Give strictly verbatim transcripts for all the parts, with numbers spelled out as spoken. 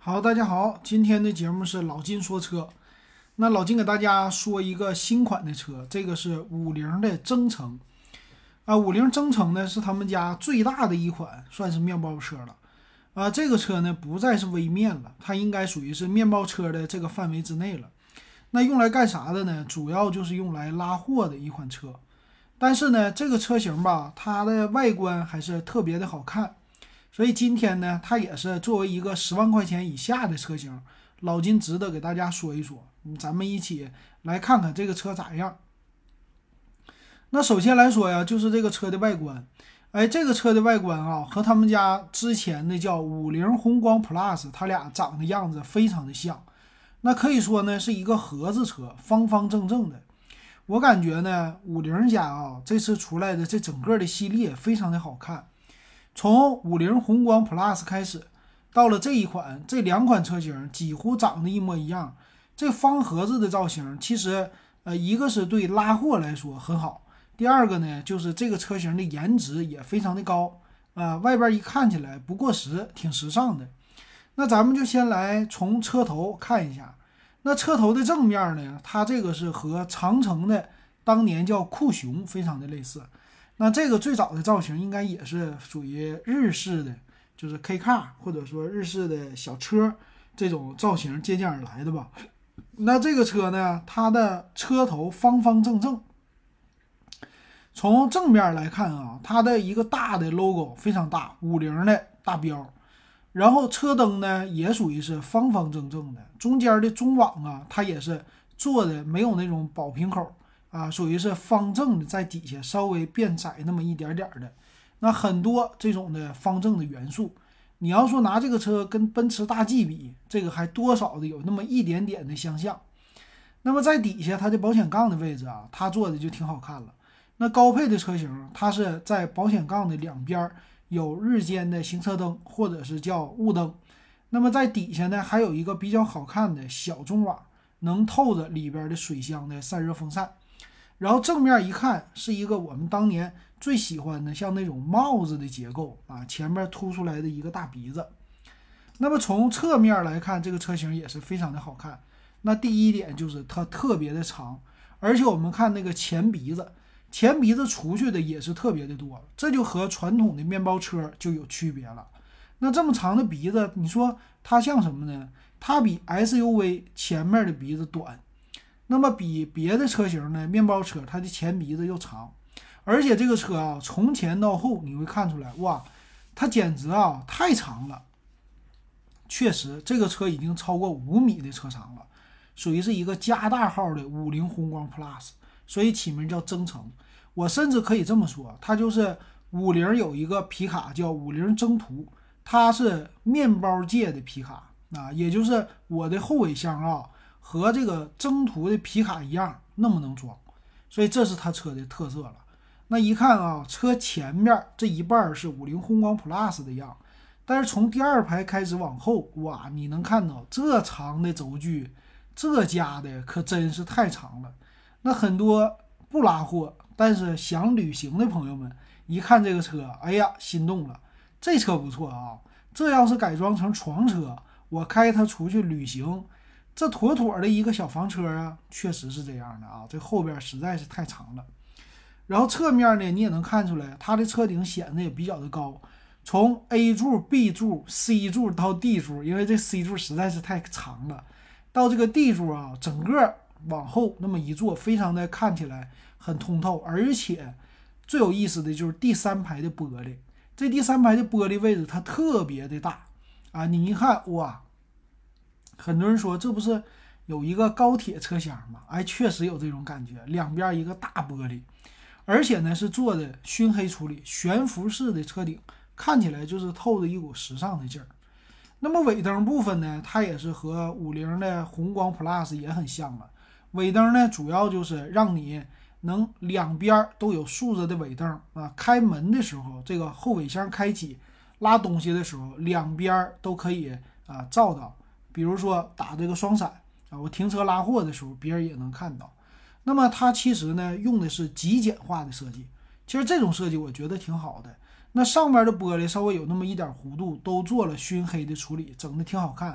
好，大家好，今天的节目是老金说车。那老金给大家说一个新款的车，这个是五菱的增程啊。五菱增程呢是他们家最大的一款，算是面包车了啊。这个车呢不再是微面了，它应该属于是面包车的这个范围之内了。那用来干啥的呢？主要就是用来拉货的一款车。但是呢，这个车型吧，它的外观还是特别的好看。所以今天呢，它也是作为一个十万块钱以下的车型，老金值得给大家说一说。咱们一起来看看这个车咋样。那首先来说呀，就是这个车的外观。哎，这个车的外观啊，和他们家之前的叫五菱宏光 Plus， 它俩长的样子非常的像。那可以说呢，是一个盒子车，方方正正的。我感觉呢，五菱家啊，这次出来的这整个的系列非常的好看。从五菱宏光 Plus 开始，到了这一款，这两款车型几乎长得一模一样。这方盒子的造型，其实呃，一个是对拉货来说很好，第二个呢，就是这个车型的颜值也非常的高啊、呃，外边一看起来不过时，挺时尚的。那咱们就先来从车头看一下。那车头的正面呢，它这个是和长城的当年叫酷熊非常的类似。那这个最早的造型应该也是属于日式的，就是 K car 或者说日式的小车这种造型借鉴而来的吧。那这个车呢，它的车头方方正正，从正面来看啊，它的一个大的 logo 非常大，五菱的大标，然后车灯呢也属于是方方正正的，中间的中网啊，它也是做的没有那种宝瓶口啊，属于是方正的，在底下稍微变窄那么一点点的。那很多这种的方正的元素，你要说拿这个车跟奔驰大 G 比，这个还多少的有那么一点点的相像。那么在底下它的保险杠的位置啊，它做的就挺好看了。那高配的车型，它是在保险杠的两边有日间的行车灯，或者是叫雾灯。那么在底下呢，还有一个比较好看的小中网，能透着里边的水箱的散热风扇。然后正面一看，是一个我们当年最喜欢的像那种帽子的结构啊，前面凸出来的一个大鼻子。那么从侧面来看，这个车型也是非常的好看。那第一点就是它特别的长，而且我们看那个前鼻子，前鼻子出去的也是特别的多，这就和传统的面包车就有区别了。那这么长的鼻子，你说它像什么呢？它比 S U V 前面的鼻子短。那么比别的车型呢，面包车它的前鼻子又长，而且这个车啊，从前到后你会看出来，哇，它简直啊太长了。确实，这个车已经超过五米的车长了，属于是一个加大号的五菱宏光 Plus， 所以起名叫增程。我甚至可以这么说，它就是五菱有一个皮卡叫五菱征途，它是面包界的皮卡啊，也就是我的后尾箱啊。和这个征途的皮卡一样那么能装，所以这是它车的特色了。那一看啊，车前面这一半是五菱宏光 Plus 的样，但是从第二排开始往后，哇，你能看到这长的轴距，这家的可真是太长了。那很多不拉货但是想旅行的朋友们，一看这个车，哎呀，心动了，这车不错啊，这要是改装成床车，我开它出去旅行。这妥妥的一个小房车啊，确实是这样的啊，这后边实在是太长了。然后侧面呢，你也能看出来，它的车顶显得也比较的高，从 A 柱、B 柱、C 柱到 D 柱，因为这 C 柱实在是太长了，到这个 D 柱啊，整个往后那么一坐，非常的看起来很通透，而且最有意思的就是第三排的玻璃，这第三排的玻璃位置它特别的大啊，你一看哇。很多人说这不是有一个高铁车厢吗？哎，确实有这种感觉，两边一个大玻璃，而且呢是做的熏黑处理，悬浮式的车顶，看起来就是透着一股时尚的劲儿。那么尾灯部分呢，它也是和五菱的宏光 Plus 也很像了。尾灯呢，主要就是让你能两边都有竖着的尾灯啊，开门的时候，这个后尾箱开启，拉东西的时候，两边都可以啊照到。比如说打这个双闪啊，我停车拉货的时候，别人也能看到。那么它其实呢，用的是极简化的设计，其实这种设计我觉得挺好的。那上面的玻璃稍微有那么一点弧度，都做了熏黑的处理，整的挺好看。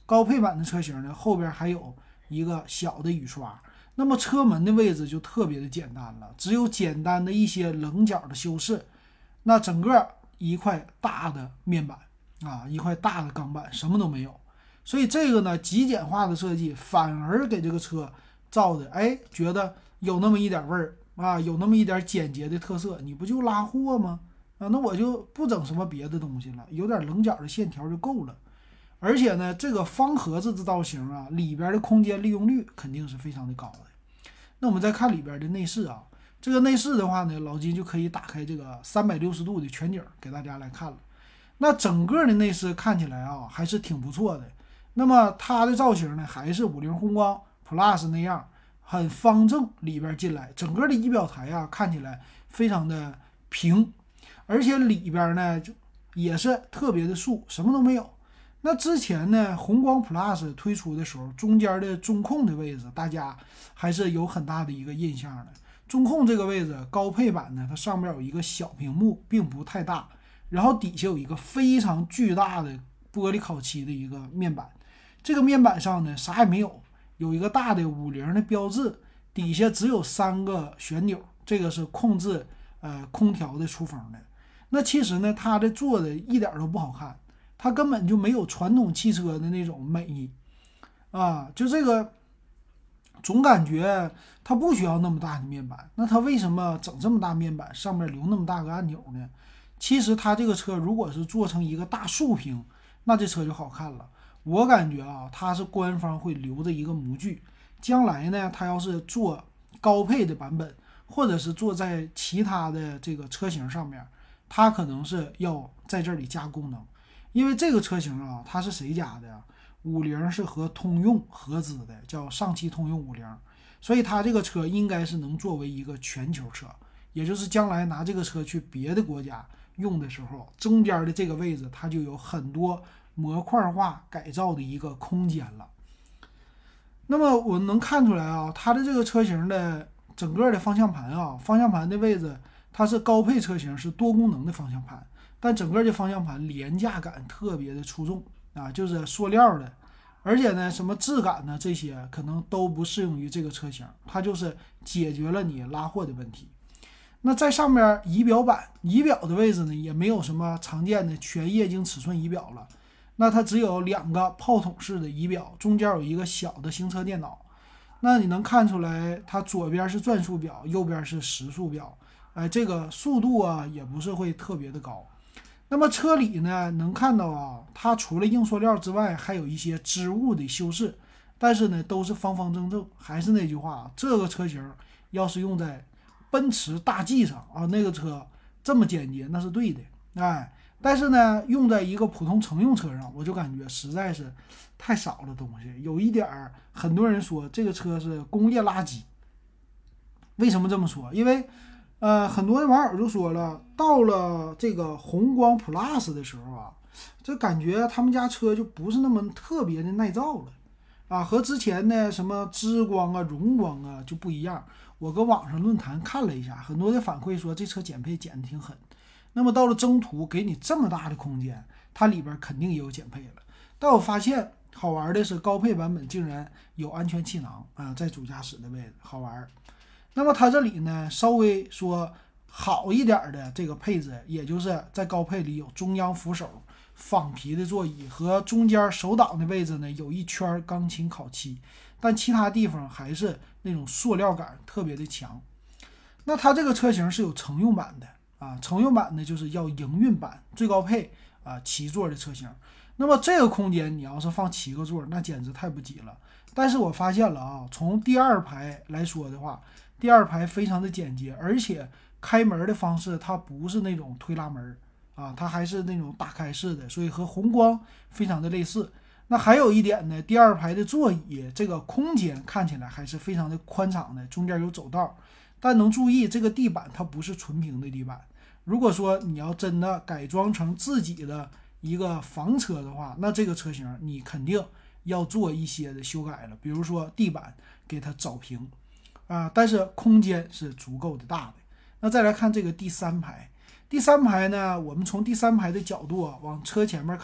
高配版的车型呢，后边还有一个小的雨刷。那么车门的位置就特别的简单了，只有简单的一些棱角的修饰。那整个一块大的面板啊，一块大的钢板，什么都没有。所以这个呢，极简化的设计反而给这个车造的，哎，觉得有那么一点味儿啊，有那么一点简洁的特色。你不就拉货吗？啊，那我就不整什么别的东西了，有点棱角的线条就够了。而且呢，这个方盒子的造型啊，里边的空间利用率肯定是非常的高的。那我们再看里边的内饰啊，这个内饰的话呢，老金就可以打开这个三百六十度的全景给大家来看了。那整个的内饰看起来啊，还是挺不错的。那么它的造型呢，还是五菱宏光 Plus 那样，很方正，里边进来，整个的仪表台啊，看起来非常的平，而且里边呢就也是特别的素，什么都没有。那之前呢，宏光 Plus 推出的时候，中间的中控的位置，大家还是有很大的一个印象的。中控这个位置，高配版呢，它上面有一个小屏幕，并不太大，然后底下有一个非常巨大的玻璃烤漆的一个面板。这个面板上呢，啥也没有，有一个大的五菱的标志，底下只有三个旋钮，这个是控制呃空调的出风的。那其实呢，它的做的一点都不好看。它根本就没有传统汽车的那种美啊，就这个总感觉它不需要那么大的面板。那它为什么整这么大面板，上面留那么大个按钮呢？其实它这个车如果是做成一个大竖屏，那这车就好看了。我感觉啊，它是官方会留着一个模具，将来呢，它要是做高配的版本，或者是做在其他的这个车型上面，它可能是要在这里加功能。因为这个车型啊，它是谁家的呀？五菱是和通用合资的，叫上汽通用五菱，所以它这个车应该是能作为一个全球车，也就是将来拿这个车去别的国家用的时候，中间的这个位置它就有很多模块化改造的一个空间了。那么我能看出来啊，它的这个车型的整个的方向盘啊，方向盘的位置，它是高配车型，是多功能的方向盘。但整个的方向盘廉价感特别的出众啊，就是塑料的，而且呢，什么质感呢，这些可能都不适用于这个车型，它就是解决了你拉货的问题。那在上面仪表板，仪表的位置呢，也没有什么常见的全液晶尺寸仪表了，那它只有两个炮筒式的仪表，中间有一个小的行车电脑。那你能看出来，它左边是转速表，右边是时速表，哎，这个速度啊，也不是会特别的高。那么车里呢，能看到啊，它除了硬塑料之外，还有一些织物的修饰，但是呢，都是方方正正。还是那句话，这个车型要是用在奔驰大 G 上啊，那个车这么简洁，那是对的，哎。但是呢，用在一个普通乘用车上，我就感觉实在是太少了东西，有一点儿，很多人说这个车是工业垃圾。为什么这么说？因为呃，很多网友就说了，到了这个宏光 Plus 的时候啊，就感觉他们家车就不是那么特别的耐造了啊，和之前的什么之光啊、荣光啊就不一样。我搁网上论坛看了一下，很多的反馈说这车减配减的挺狠。那么到了征途，给你这么大的空间，它里边肯定也有减配了。但我发现好玩的是，高配版本竟然有安全气囊啊，在主驾驶的位置，好玩。那么它这里呢，稍微说好一点的这个配置，也就是在高配里有中央扶手、仿皮的座椅和中间手挡的位置呢有一圈钢琴烤漆，但其他地方还是那种塑料感特别的强。那它这个车型是有乘用版的啊，乘用版呢就是要营运版最高配啊七座的车型。那么这个空间你要是放七个座，那简直太不挤了。但是我发现了啊，从第二排来说的话，第二排非常的简洁，而且开门的方式它不是那种推拉门啊，它还是那种打开式的，所以和宏光非常的类似。那还有一点呢，第二排的座椅这个空间看起来还是非常的宽敞的，中间有走道，但能注意这个地板它不是纯平的地板。如果说你要真的改装成自己的一个房车的话，那这个车型你肯定要做一些的修改了，比如说地板给它找平啊，但是空间是足够的大的。那再来看这个第三排，第三排呢，我们从第三排的角度啊往车前面看，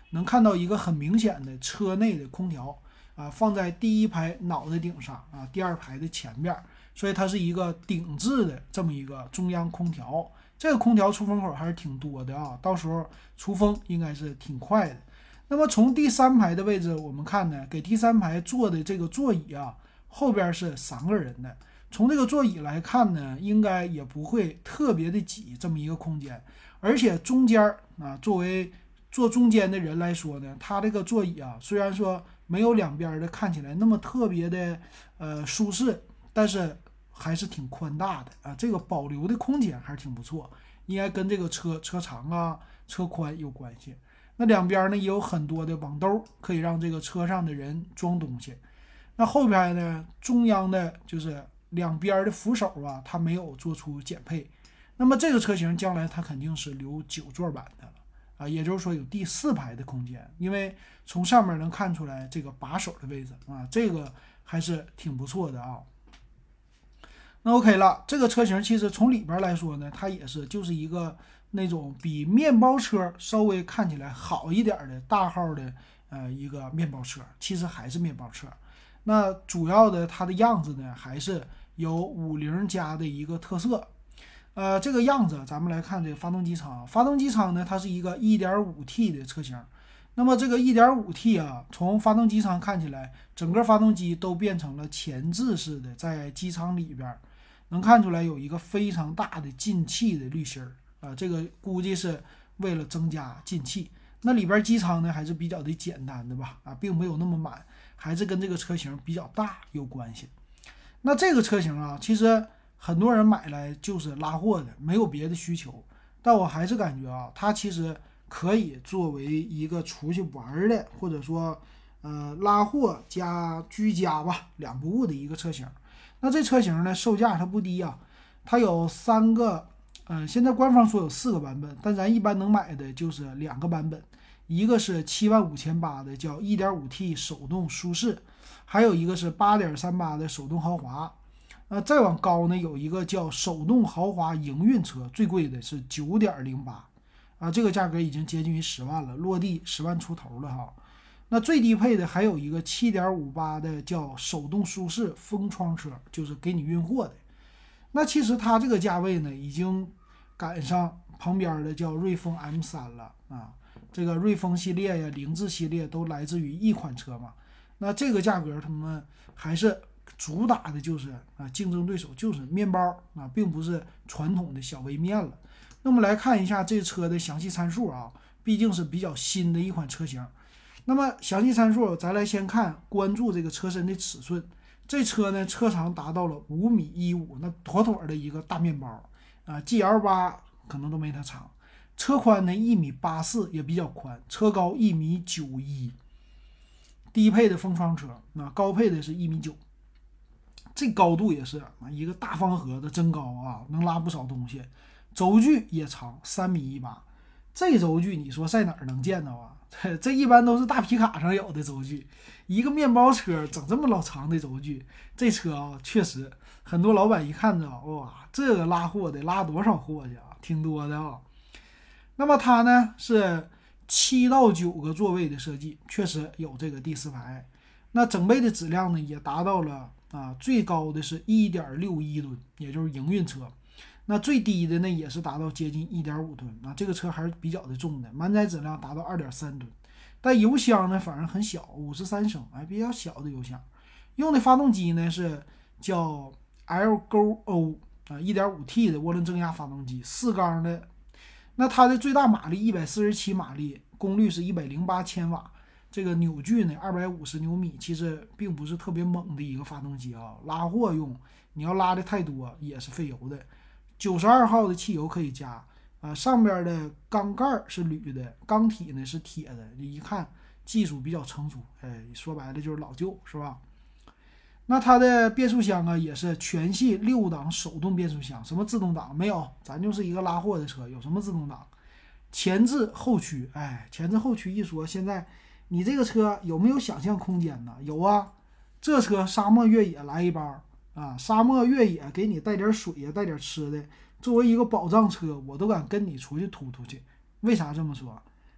能看到一个很明显的车内的空调啊，放在第一排脑袋顶上啊，第二排的前边，所以它是一个顶置的这么一个中央空调。这个空调出风口还是挺多的啊，到时候出风应该是挺快的。那么从第三排的位置我们看呢，给第三排坐的这个座椅啊，后边是三个人的。从这个座椅来看呢，应该也不会特别的挤这么一个空间，而且中间啊，作为坐中间的人来说呢，它这个座椅啊，虽然说没有两边的看起来那么特别的呃舒适，但是还是挺宽大的啊，这个保留的空间还是挺不错，应该跟这个车车长啊、车宽有关系。那两边呢也有很多的网兜，可以让这个车上的人装东西。那后边呢，中央的就是两边的扶手啊，它没有做出减配。那么这个车型将来它肯定是留九座版的了啊，也就是说有第四排的空间，因为从上面能看出来这个把手的位置啊，这个还是挺不错的啊。那 OK 了，这个车型其实从里边来说呢，它也是就是一个那种比面包车稍微看起来好一点的大号的呃一个面包车，其实还是面包车。那主要的它的样子呢，还是有五菱加的一个特色。呃，这个样子咱们来看这个发动机舱，发动机舱呢，它是一个 一点五 T 的车型。那么这个 一点五 T 啊，从发动机舱看起来，整个发动机都变成了前置式的，在机舱里边能看出来有一个非常大的进气的滤芯儿啊，这个估计是为了增加进气。那里边机舱呢还是比较的简单的吧，啊，并没有那么满，还是跟这个车型比较大有关系。那这个车型啊，其实很多人买来就是拉货的，没有别的需求。但我还是感觉啊，它其实可以作为一个出去玩的，或者说呃拉货加居家吧，两不误的一个车型。那这车型呢，售价它不低啊，它有三个，嗯、呃，现在官方说有四个版本，但咱一般能买的就是两个版本，一个是七万五千八的叫 一点五 T 手动舒适，还有一个是八点三八的手动豪华。那再往高呢，有一个叫手动豪华营运车，最贵的是九点零八啊，这个价格已经接近于十万了，落地十万出头了哈。那最低配的还有一个 七点五八 的叫手动舒适风窗车，就是给你运货的。那其实它这个价位呢，已经赶上旁边的叫瑞风 M 三 了啊。这个瑞风系列呀、凌志系列都来自于一款车嘛。那这个价格他们还是主打的就是啊，竞争对手就是面包啊，并不是传统的小微面了。那么来看一下这车的详细参数啊，毕竟是比较新的一款车型。那么详细参数，咱来先看关注这个车身的尺寸。这车呢，车长达到了五米一五，那妥妥的一个大面包啊 ，G L 八 可能都没它长。车宽呢一米八四，也比较宽，车高一米九一。低配的风窗车，那高配的是一米九，这高度也是一个大方盒子，真高啊，能拉不少东西。轴距也长，三米一八。这轴距你说在哪儿能见到啊？这一般都是大皮卡上有的轴距，一个面包车整这么老长的轴距，这车啊确实很多老板一看着，哇，这个拉货得拉多少货去啊，挺多的啊。那么它呢是七到九个座位的设计，确实有这个第四排。那整备的质量呢也达到了啊，最高的是 一点六一 吨，也就是营运车。那最低的呢也是达到接近 一点五 吨啊，这个车还是比较的重的，满载质量达到 二点三 吨。但油箱呢反而很小，五十三升，哎，比较小的油箱。用的发动机呢是叫 L G O 啊 一点五 T 的涡轮增压发动机，四缸的。那它的最大马力一百四十七马力，功率是一百零八千瓦，这个扭矩呢二百五十牛米，其实并不是特别猛的一个发动机啊，拉货用，你要拉的太多也是费油的。九十二号的汽油可以加啊，上边的缸盖是铝的，缸体呢是铁的，一看技术比较成熟，哎，说白了就是老旧，是吧？那它的变速箱啊也是全系六档手动变速箱，什么自动挡没有，咱就是一个拉货的车，有什么自动挡？前置后驱，哎，前置后驱一说，现在你这个车有没有想象空间呢？有啊，这车沙漠越野来一包啊，沙漠越野给你带点水呀，带点吃的，作为一个保障车，我都敢跟你出去突突去。为啥这么说？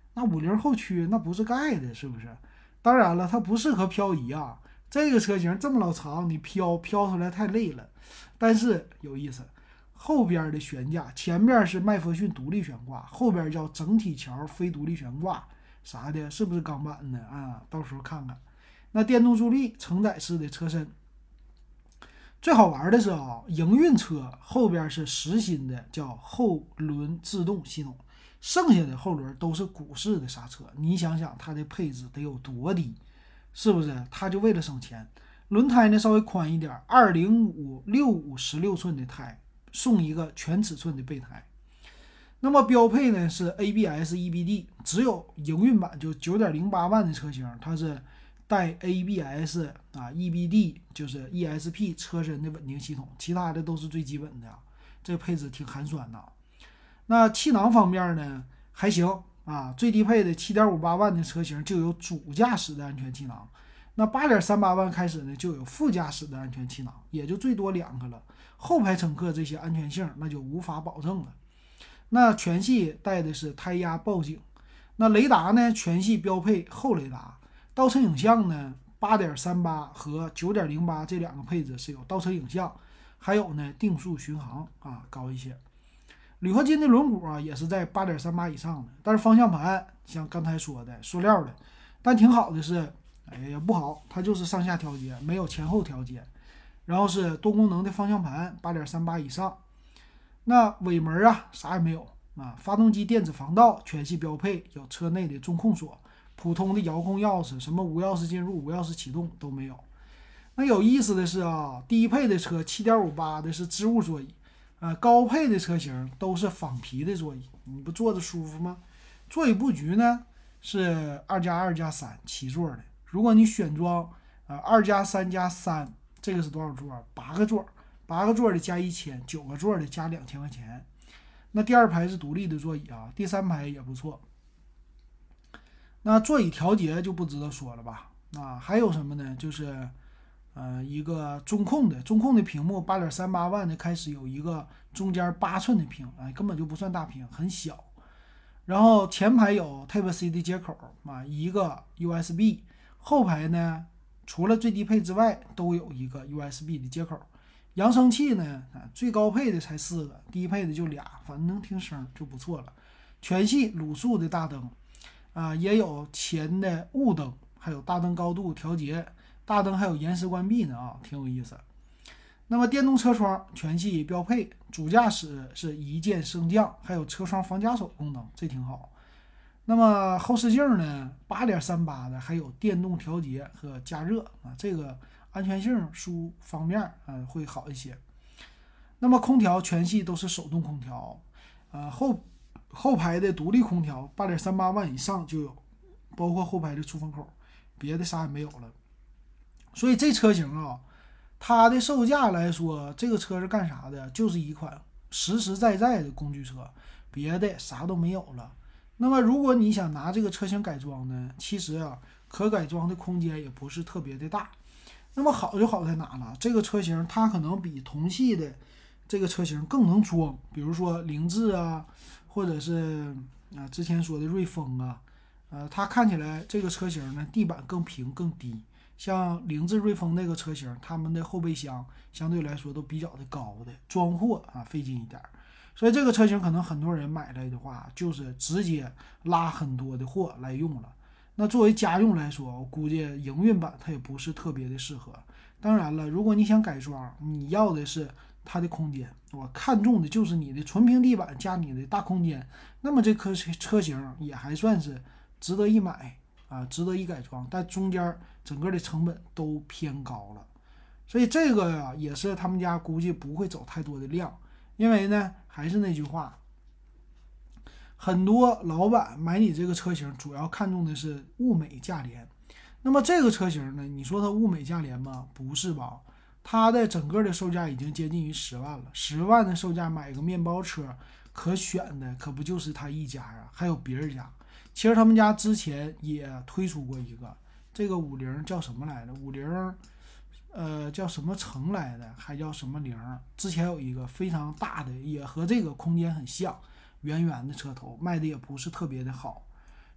那五菱后驱那不是盖的，是不是？当然了，它不适合漂移啊。这个车型这么老长，你飘飘出来太累了。但是有意思，后边的悬架，前面是麦弗逊独立悬挂，后边叫整体桥非独立悬挂啥的，是不是钢板的啊？到时候看看。那电动助力，承载式的车身。最好玩的是啊，营运车后边是实心的，叫后轮制动系统，剩下的后轮都是鼓式的刹车。你想想它的配置得有多低，是不是？它就为了省钱。轮胎呢稍微宽一点，二零五六五十六寸的胎，送一个全尺寸的备胎。那么标配呢是 A B S E B D， 只有营运版就 九点零八万的车型，它是带 A B S 啊 E B D 就是 E S P 车身的稳定系统，其他的都是最基本的，这个配置挺寒酸的。那气囊方面呢还行啊，最低配的 七点五八万的车型就有主驾驶的安全气囊，那 八点三八万开始呢就有副驾驶的安全气囊，也就最多两个了。后排乘客这些安全性那就无法保证了。那全系带的是胎压报警，那雷达呢全系标配后雷达。倒车影像呢 八点三八 和 九点零八 这两个配置是有倒车影像，还有呢定速巡航啊高一些。铝合金的轮毂啊也是在 八点三八 以上的，但是方向盘像刚才说的塑料的，但挺好的是，哎呀不好，它就是上下调节，没有前后调节。然后是多功能的方向盘 八点三八 以上。那尾门啊啥也没有啊，发动机电子防盗全系标配，有车内的中控锁。普通的遥控钥匙，什么无钥匙进入、无钥匙启动都没有。那有意思的是啊，低配的车 七点五八 的是织物座椅，呃，高配的车型都是仿皮的座椅，你不坐着舒服吗？座椅布局呢是二加二加三七座的，如果你选装呃二加三加三，这个是多少座？八个座，八个座的加一千，九个座的加两千块钱。那第二排是独立的座椅啊，第三排也不错。那座椅调节就不值得说了吧？啊，还有什么呢？就是呃一个中控的中控的屏幕 八点三八万的开始有一个中间八寸的屏，哎，根本就不算大屏，很小。然后前排有 Type C 的接口啊，一个 U S B， 后排呢除了最低配之外都有一个 U S B 的接口。扬声器呢，啊，最高配的才四个，低配的就俩，反正能听声就不错了。全系卤素的大灯。啊，也有前的雾灯，还有大灯高度调节，大灯还有延时关闭呢啊，挺有意思。那么电动车窗全系标配，主驾驶是一键升降，还有车窗防夹手功能，这挺好。那么后视镜呢 ，八点三八 的，还有电动调节和加热啊，这个安全性舒方面啊会好一些。那么空调全系都是手动空调，呃后。后排的独立空调 八点三八万以上就有，包括后排的出风口，别的啥也没有了。所以这车型啊，它的售价来说，这个车是干啥的？就是一款实实在在的工具车，别的啥都没有了。那么如果你想拿这个车型改装呢，其实啊，可改装的空间也不是特别的大。那么好就好在哪呢？这个车型它可能比同系的这个车型更能装，比如说凌志啊。或者是啊，之前说的瑞风啊，呃，它看起来这个车型呢，地板更平更低。像凌志、瑞风那个车型，他们的后备箱相对来说都比较的高的，装货啊费劲一点。所以这个车型可能很多人买来的话，就是直接拉很多的货来用了。那作为家用来说，我估计营运版它也不是特别的适合。当然了，如果你想改装，你要的是它的空间，我看中的就是你的纯平地板加你的大空间，那么这颗车型也还算是值得一买啊，值得一改装，但中间整个的成本都偏高了，所以这个呀也是他们家估计不会走太多的量，因为呢还是那句话，很多老板买你这个车型主要看重的是物美价廉。那么这个车型呢，你说它物美价廉吗？不是吧？它的整个的售价已经接近于十万了，十万的售价买个面包车，可选的可不就是它一家啊，还有别人家。其实他们家之前也推出过一个，这个五菱叫什么来着？五菱，呃，叫什么城来的？还叫什么菱？之前有一个非常大的，也和这个空间很像，圆圆的车头，卖的也不是特别的好。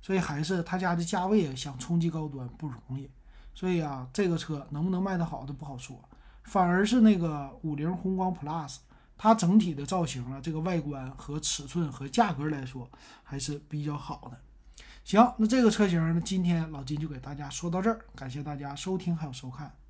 所以还是它家的价位想冲击高端不容易。所以啊，这个车能不能卖得好的不好说，反而是那个五菱宏光 Plus， 它整体的造型啊，这个外观和尺寸和价格来说还是比较好的。行，那这个车型呢，今天老金就给大家说到这儿，感谢大家收听还有收看。